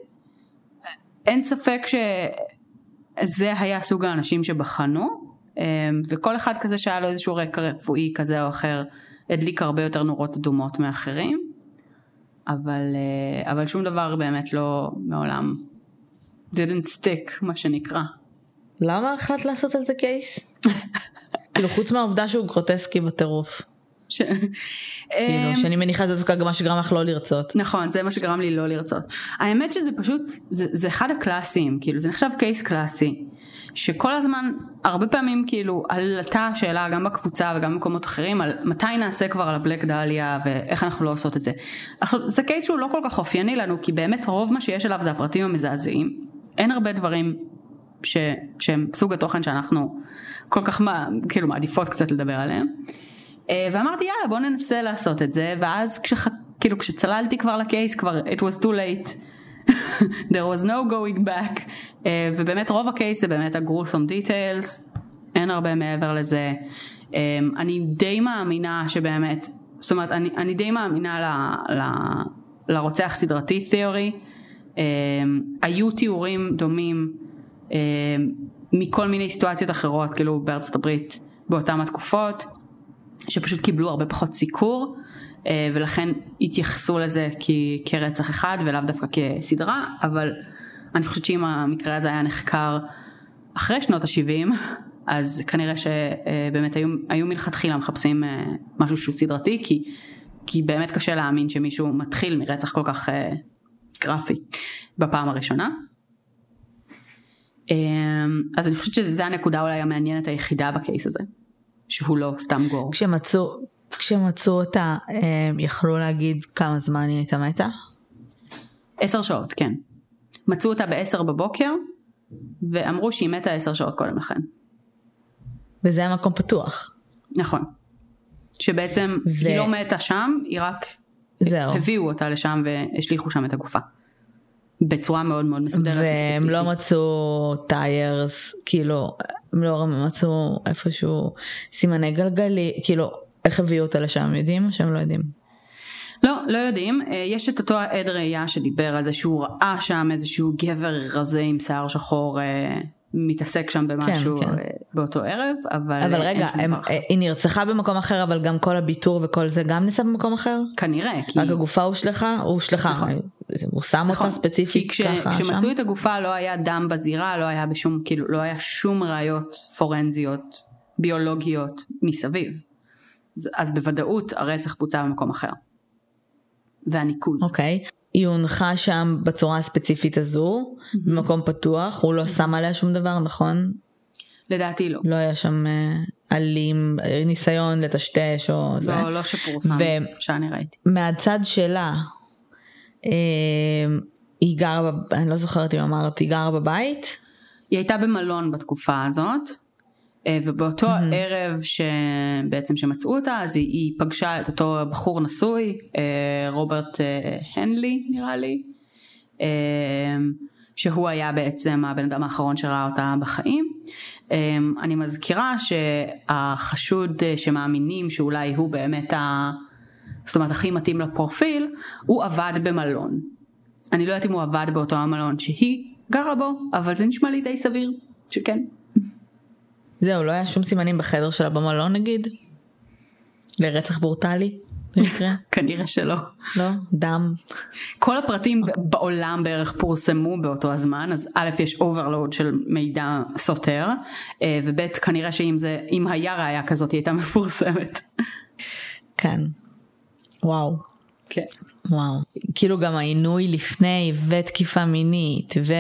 אין ספק ש... זה היה סוג האנשים שבחנו, וכל אחד כזה שהיה לו איזשהו רקע רפואי כזה או אחר, הדליק הרבה יותר נורות אדומות מאחרים, אבל, אבל שום דבר באמת לא מעולם didn't stick, מה שנקרא. למה החלטת לעשות על זה קייס? כאילו חוץ מהעובדה שהוא גרוטסקי בטירוף. ש... כאילו, שאני מניחה זה דווקא גם מה שגרם לך לא לרצות. נכון, זה מה שגרם לי לא לרצות. האמת שזה פשוט, זה, זה אחד הקלאסיים, כאילו, זה נחשב קייס קלאסי, שכל הזמן, הרבה פעמים כאילו, עלתה השאלה גם בקבוצה וגם במקומות אחרים, על מתי נעשה כבר על הבלק דליה, ואיך אנחנו לא עושות את זה. זה קייס שהוא לא כל כך אופייני לנו, כי באמת רוב מה שיש עליו זה הפרטים המזעזעים. אין הרבה דברים ש, שהם סוג התוכן שאנחנו כל כך מה, כאילו, מעדיפות קצת לדבר עליהם. ואמרתי יאללה בוא ננסה לעשות את זה, ואז כשח... כאילו כשצללתי כבר לקייס כבר it was too late there was no going back, ובאמת רוב הקייס זה באמת הגרוסום דיטיילס, אין הרבה מעבר לזה. אני די מאמינה שבאמת, זאת אומרת אני, אני די מאמינה ל, ל, לרוצח סדרתי תיאורי, היו תיאורים דומים מכל מיני סיטואציות אחרות כאילו בארצות הברית באותם התקופות, שפשוט קיבלו הרבה פחות סיקור, ולכן התייחסו לזה כ- כרצח אחד, ולאו דווקא כסדרה, אבל אני חושבת שאם המקרה הזה היה נחקר אחרי שנות ה-שבעים, אז כנראה שבאמת היו, היו מלכתחילה מחפשים משהו שהוא סדרתי, כי, כי באמת קשה להאמין שמישהו מתחיל מרצח כל כך גרפי בפעם הראשונה. אז אני חושבת שזה הנקודה אולי המעניינת היחידה בקייס הזה. שהוא לא סתם גור. כשמצאו, כשמצאו אותה, הם יכלו להגיד כמה זמן היא הייתה מתה? עשר שעות, כן. מצאו אותה בעשר בבוקר, ואמרו שהיא מתה עשר שעות קודם לכן. וזה היה מקום פתוח. נכון. שבעצם ו... היא לא מתה שם, היא רק זהו. הביאו אותה לשם והשליחו שם את הגופה. בצורה מאוד מאוד מסודרת וספציפית. והם לא מצאו טיירס, כאילו, הם לא מצאו איפשהו סימני גלגלי, כאילו, איך הביאו אותה לשם, יודעים או שהם לא יודעים? לא, לא יודעים. יש את אותו עד ראייה שדיבר על זה, שהוא ראה שם איזשהו גבר רזה עם שיער שחור, מתעסק שם במשהו כן, כן. באותו ערב, אבל... אבל רגע, הם, היא נרצחה במקום אחר, אבל גם כל הביטור וכל זה גם ניסה במקום אחר? כנראה, כי... רק הגופה הושלחה? הוא הושלחה. נכון. הוא שם נכון. אותה ספציפית כי כש, ככה כשמצאו שם? את הגופה לא היה דם בזירה, לא היה בשום, כאילו, לא היה שום ראיות פורנזיות, ביולוגיות מסביב. אז בוודאות הרצח בוצע במקום אחר. והניקוז. אוקיי. היא הונחה שם בצורה הספציפית הזו, mm-hmm. במקום פתוח, הוא לא mm-hmm. שם עליה שום דבר, נכון? לדעתי לא. לא היה שם uh, אלים, ניסיון לטשטש או לא, זה. לא, לא שפורסם, ו... שאני ראיתי. מהצד שלה, אה, היא גרה, אני לא זוכרת אם אמרת, היא גרה בבית? היא הייתה במלון בתקופה הזאת, ובאותו mm-hmm. ערב שבעצם שמצאו אותה, אז היא, היא פגשה את אותו בחור נשוי, רוברט הנלי נראה לי, שהוא היה בעצם הבן אדם האחרון שראה אותה בחיים. אני מזכירה שהחשוד שמאמינים שאולי הוא באמת ה... זאת אומרת הכי מתאים לפרופיל, הוא עבד במלון. אני לא יודעת אם הוא עבד באותו המלון שהיא גרה בו, אבל זה נשמע לי די סביר שכן. זהו, לא היה שום סימנים בחדר שלה במלון נגיד? לרצח ברוטלי במקרה? כנראה שלא. לא? דם. כל הפרטים בעולם בערך פורסמו באותו הזמן, אז א' יש אוברלוד של מידע סותר, וב' כנראה שאם זה, אם היה ראיה כזאת היא הייתה מפורסמת. כן. וואו. כן. וואו. כאילו גם העינוי לפני ותקיפה מינית ו...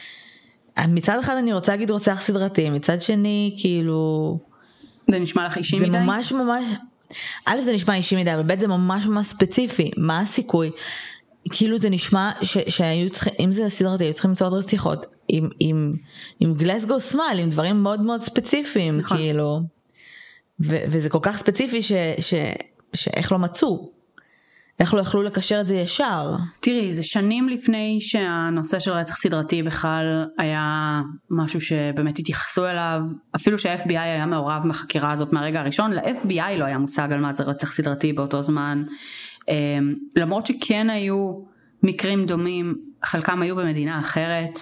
מצד אחד אני רוצה להגיד רוצח סדרתי, מצד שני כאילו... זה נשמע לך אישי זה מדי? זה ממש ממש... א' זה נשמע אישי מדי, אבל ב' זה ממש ממש ספציפי. מה הסיכוי? כאילו זה נשמע ש... שהיו צריכים, אם זה סדרתי, היו צריכים למצוא עוד רציחות, עם, עם, עם גלסגו סמייל, עם דברים מאוד מאוד ספציפיים, נכון. כאילו. ו... וזה כל כך ספציפי ש... ש... שאיך לא מצאו. איך לא יכלו לקשר את זה ישר? תראי, זה שנים לפני שהנושא של רצח סדרתי בכלל היה משהו שבאמת התייחסו אליו, אפילו שה-אף בי איי היה מעורב בחקירה הזאת מהרגע הראשון, ל-אף בי איי לא היה מושג על מה זה רצח סדרתי באותו זמן, למרות שכן היו מקרים דומים, חלקם היו במדינה אחרת,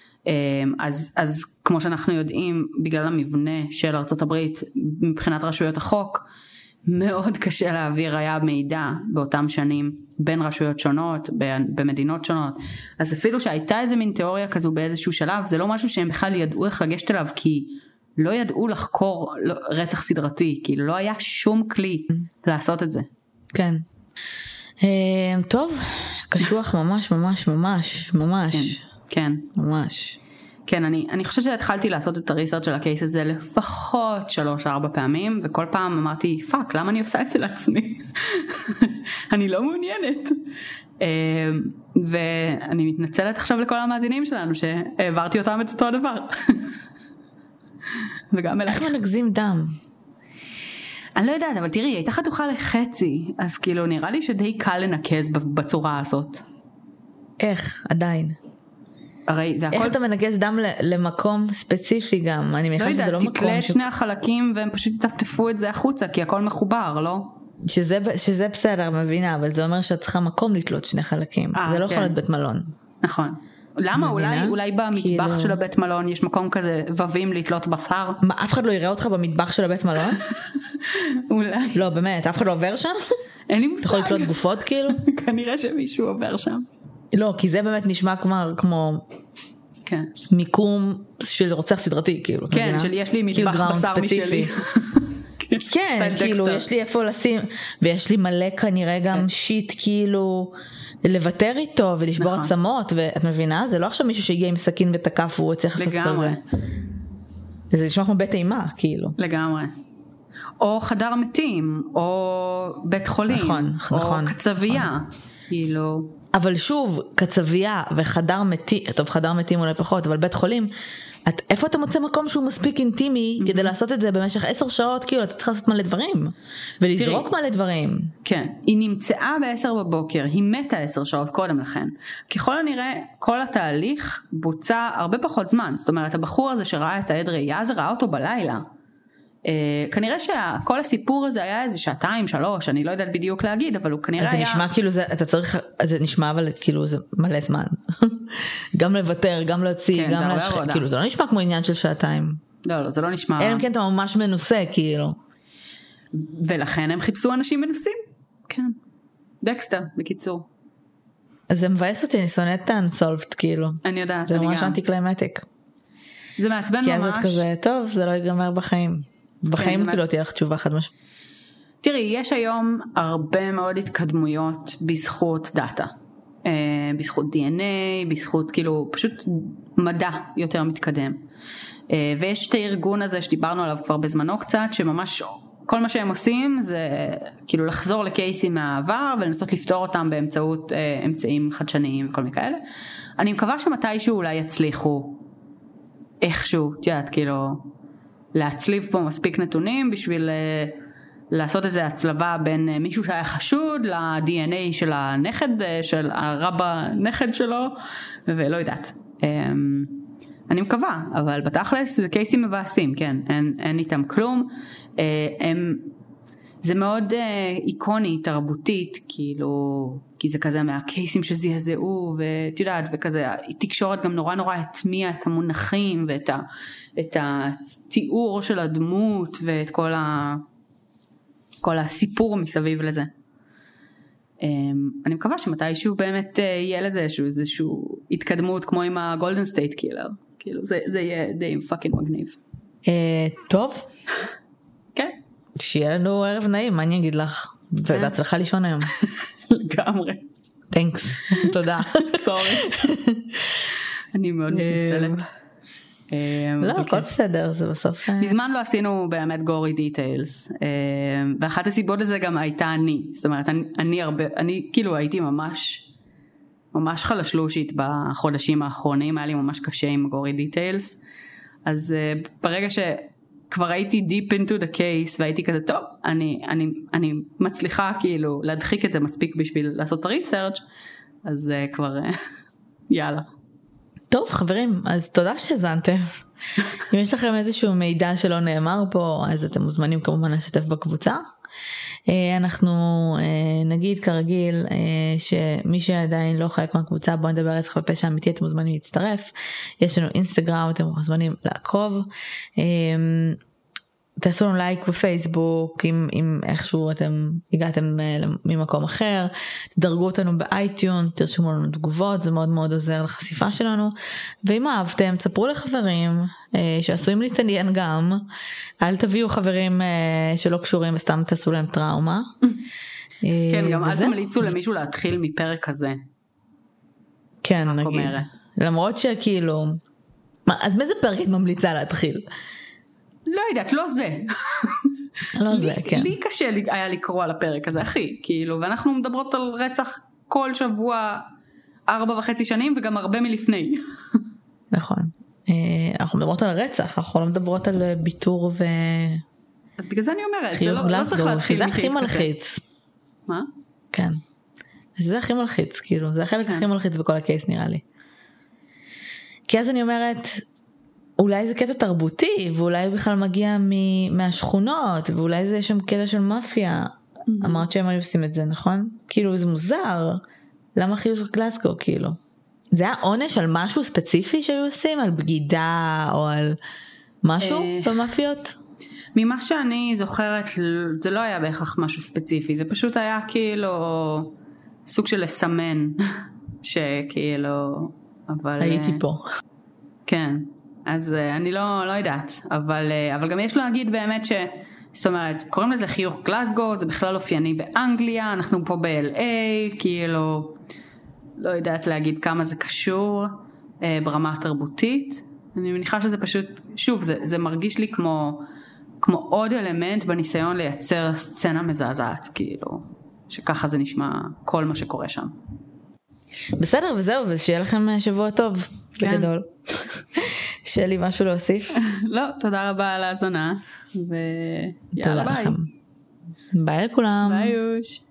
אז, אז כמו שאנחנו יודעים, בגלל המבנה של ארצות הברית, מבחינת רשויות החוק, מאוד קשה להעביר היה מידע באותם שנים בין רשויות שונות, במדינות שונות. אז אפילו שהייתה איזה מין תיאוריה כזו באיזשהו שלב, זה לא משהו שהם בכלל ידעו איך לגשת אליו, כי לא ידעו לחקור רצח סדרתי, כי לא היה שום כלי לעשות את זה. כן. טוב, קשוח ממש ממש ממש ממש. כן. ממש. כן, אני, אני חושבת שהתחלתי לעשות את הריסרצ' של הקייס הזה לפחות שלוש, ארבע פעמים, וכל פעם אמרתי, פאק, למה אני עושה את זה לעצמי? אני לא מעוניינת. ואני מתנצלת עכשיו לכל המאזינים שלנו, שהעברתי אותם את אותו הדבר. וגם אליך. איך מנגזים דם? אני לא יודעת, אבל תראי, היא הייתה חתוכה לחצי, אז כאילו נראה לי שדי קל לנקז בצורה הזאת. איך? עדיין. הרי זה הכל... איך אתה מנגז דם למקום ספציפי גם? אני מניחה שזה לא מקום... לא יודעת, תקלה את שני החלקים והם פשוט יטפטפו את זה החוצה, כי הכל מחובר, לא? שזה, שזה בסדר, מבינה, אבל זה אומר שאת צריכה מקום לתלות שני חלקים. זה לא יכול להיות בית מלון. נכון. למה? אולי, אולי במטבח של הבית מלון יש מקום כזה ווים לתלות בשר? מה, אף אחד לא יראה אותך במטבח של הבית מלון? אולי. לא, באמת, אף אחד לא עובר שם? אין לי מושג. אתה יכול לתלות גופות כאילו? כנראה שמישהו עובר שם. לא, כי זה באמת נשמע כמו, כמו כן. מיקום של רוצח סדרתי, כאילו. כן, של יש לי מטבח בשר משלי. כן, כאילו, יש לי איפה לשים, ויש לי מלא כנראה גם שיט, כאילו, לוותר איתו ולשבור עצמות, ואת מבינה? זה לא עכשיו מישהו שהגיע עם סכין ותקף, והוא צריך לעשות כל זה. זה נשמע כמו בית אימה, כאילו. לגמרי. או חדר מתים, או בית חולים, נכון, או נכון, קצבייה, כאילו... אבל שוב, קצבייה וחדר מתים, טוב, חדר מתים אולי פחות, אבל בית חולים, את, איפה אתה מוצא מקום שהוא מספיק אינטימי, mm-hmm. כדי לעשות את זה במשך עשר שעות, כאילו, אתה צריך לעשות מלא דברים, ולזרוק תראי, מלא דברים. כן, היא נמצאה בעשר בבוקר, היא מתה עשר שעות קודם לכן. ככל הנראה, כל התהליך בוצע הרבה פחות זמן, זאת אומרת, הבחור הזה שראה את העד ראייה, זה ראה אותו בלילה. Uh, כנראה שכל הסיפור הזה היה איזה שעתיים, שלוש, אני לא יודעת בדיוק להגיד, אבל הוא כנראה היה... אז זה נשמע כאילו, זה, אתה צריך, זה נשמע אבל כאילו זה מלא זמן. גם לוותר, גם להוציא, כן, גם להשחיל, כאילו זה לא נשמע כמו עניין של שעתיים. לא, לא, זה לא נשמע... אלא אם כן אתה ממש מנוסה, כאילו. ולכן הם חיפשו אנשים מנוסים. כן. דקסטר, בקיצור. אז זה מבאס אותי, אני שונאת את האנסולפט, כאילו. אני יודעת, זה אני ממש גם. אנטי קליימטיק. זה מעצבן ממש. כי אז את כזה, טוב, זה לא ייגמר בחיים. בחיים כאילו תהיה לך תשובה חד משמעית. תראי, יש היום הרבה מאוד התקדמויות בזכות דאטה. בזכות די אן איי, בזכות כאילו פשוט מדע יותר מתקדם. ויש את הארגון הזה שדיברנו עליו כבר בזמנו קצת, שממש כל מה שהם עושים זה כאילו לחזור לקייסים מהעבר ולנסות לפתור אותם באמצעות אמצעים חדשניים וכל מיני כאלה. אני מקווה שמתישהו אולי יצליחו איכשהו, תיאת, כאילו... להצליב פה מספיק נתונים בשביל לעשות איזו הצלבה בין מישהו שהיה חשוד ל-די אן איי של הנכד, של הרבא נכד שלו, ולא יודעת. אני מקווה, אבל בתכלס זה קייסים מבאסים, כן, אין, אין איתם כלום. הם, זה מאוד איקוני, תרבותית, כאילו, כי זה כזה מהקייסים שזעזעו, ואת יודעת, וכזה, תקשורת גם נורא נורא התמיע את המונחים, ואת ה, את התיאור של הדמות, ואת כל ה... כל הסיפור מסביב לזה. אני מקווה שמתישהו באמת יהיה לזה איזשהו, איזשהו התקדמות כמו עם הגולדן סטייט קילר. כאילו זה, זה יהיה די פאקינג מגניב. טוב. כן. שיהיה לנו ערב נעים, מה אני אגיד לך? ובהצלחה לישון היום. לגמרי. תנקס. תודה. סורי. אני מאוד מתנצלת. לא, הכל בסדר, זה בסוף... מזמן לא עשינו באמת גורי דיטיילס, ואחת הסיבות לזה גם הייתה אני, זאת אומרת, אני הרבה, אני כאילו הייתי ממש, ממש חלשלושית בחודשים האחרונים, היה לי ממש קשה עם גורי דיטיילס, אז ברגע שכבר הייתי deep into the case, והייתי כזה, טוב, אני, אני, אני מצליחה כאילו להדחיק את זה מספיק בשביל לעשות את הריסרצ', אז כבר, יאללה. טוב חברים, אז תודה שהזנתם. אם יש לכם איזשהו מידע שלא נאמר פה, אז אתם מוזמנים כמובן לשתף בקבוצה. אנחנו נגיד כרגיל שמי שעדיין לא חלק מהקבוצה, בואו נדבר רצח ופשע אמיתי, אתם מוזמנים להצטרף. יש לנו אינסטגרם, אתם מוזמנים לעקוב. תעשו לנו לייק בפייסבוק, אם, אם איכשהו אתם הגעתם ממקום אחר, תדרגו אותנו באייטיונס, תרשמו לנו תגובות, זה מאוד מאוד עוזר לחשיפה שלנו, ואם אהבתם, תספרו לחברים, שעשויים להתעניין גם, אל תביאו חברים שלא קשורים וסתם תעשו להם טראומה. כן, גם אל תמליצו למישהו להתחיל מפרק כזה. כן, נגיד. למרות שכאילו, מה, אז מאיזה פרק את ממליצה להתחיל? לא יודעת, לא זה. לא זה, כן. לי קשה היה לקרוא על הפרק הזה, אחי, כאילו, ואנחנו מדברות על רצח כל שבוע ארבע וחצי שנים, וגם הרבה מלפני. נכון. אנחנו מדברות על הרצח, אנחנו לא מדברות על ביטור ו... אז בגלל זה אני אומרת, זה לא צריך להתחיל זה הכי מלחיץ. מה? כן. זה הכי מלחיץ, כאילו, זה החלק הכי מלחיץ בכל הקייס נראה לי. כי אז אני אומרת... אולי זה קטע תרבותי, ואולי הוא בכלל מגיע מהשכונות, ואולי זה שם קטע של מאפיה. Mm-hmm. אמרת שהם היו עושים את זה, נכון? כאילו זה מוזר. למה חיוס גלסגו, כאילו? זה היה עונש על משהו ספציפי שהיו עושים? על בגידה או על משהו במאפיות? ממה שאני זוכרת, זה לא היה בהכרח משהו ספציפי, זה פשוט היה כאילו סוג של לסמן, שכאילו, אבל... הייתי פה. כן. אז uh, אני לא, לא יודעת, אבל, uh, אבל גם יש להגיד באמת ש... זאת אומרת, קוראים לזה חיוך גלסגו, זה בכלל אופייני באנגליה, אנחנו פה ב-אל איי, כאילו, לא יודעת להגיד כמה זה קשור uh, ברמה התרבותית. אני מניחה שזה פשוט, שוב, זה, זה מרגיש לי כמו, כמו עוד אלמנט בניסיון לייצר סצנה מזעזעת, כאילו, שככה זה נשמע כל מה שקורה שם. בסדר, וזהו, ושיהיה לכם שבוע טוב, כן. בגדול. שיהיה לי משהו להוסיף? לא, תודה רבה על ההזנה, ויאללה ביי. לכם. ביי לכולם. ביי יוש.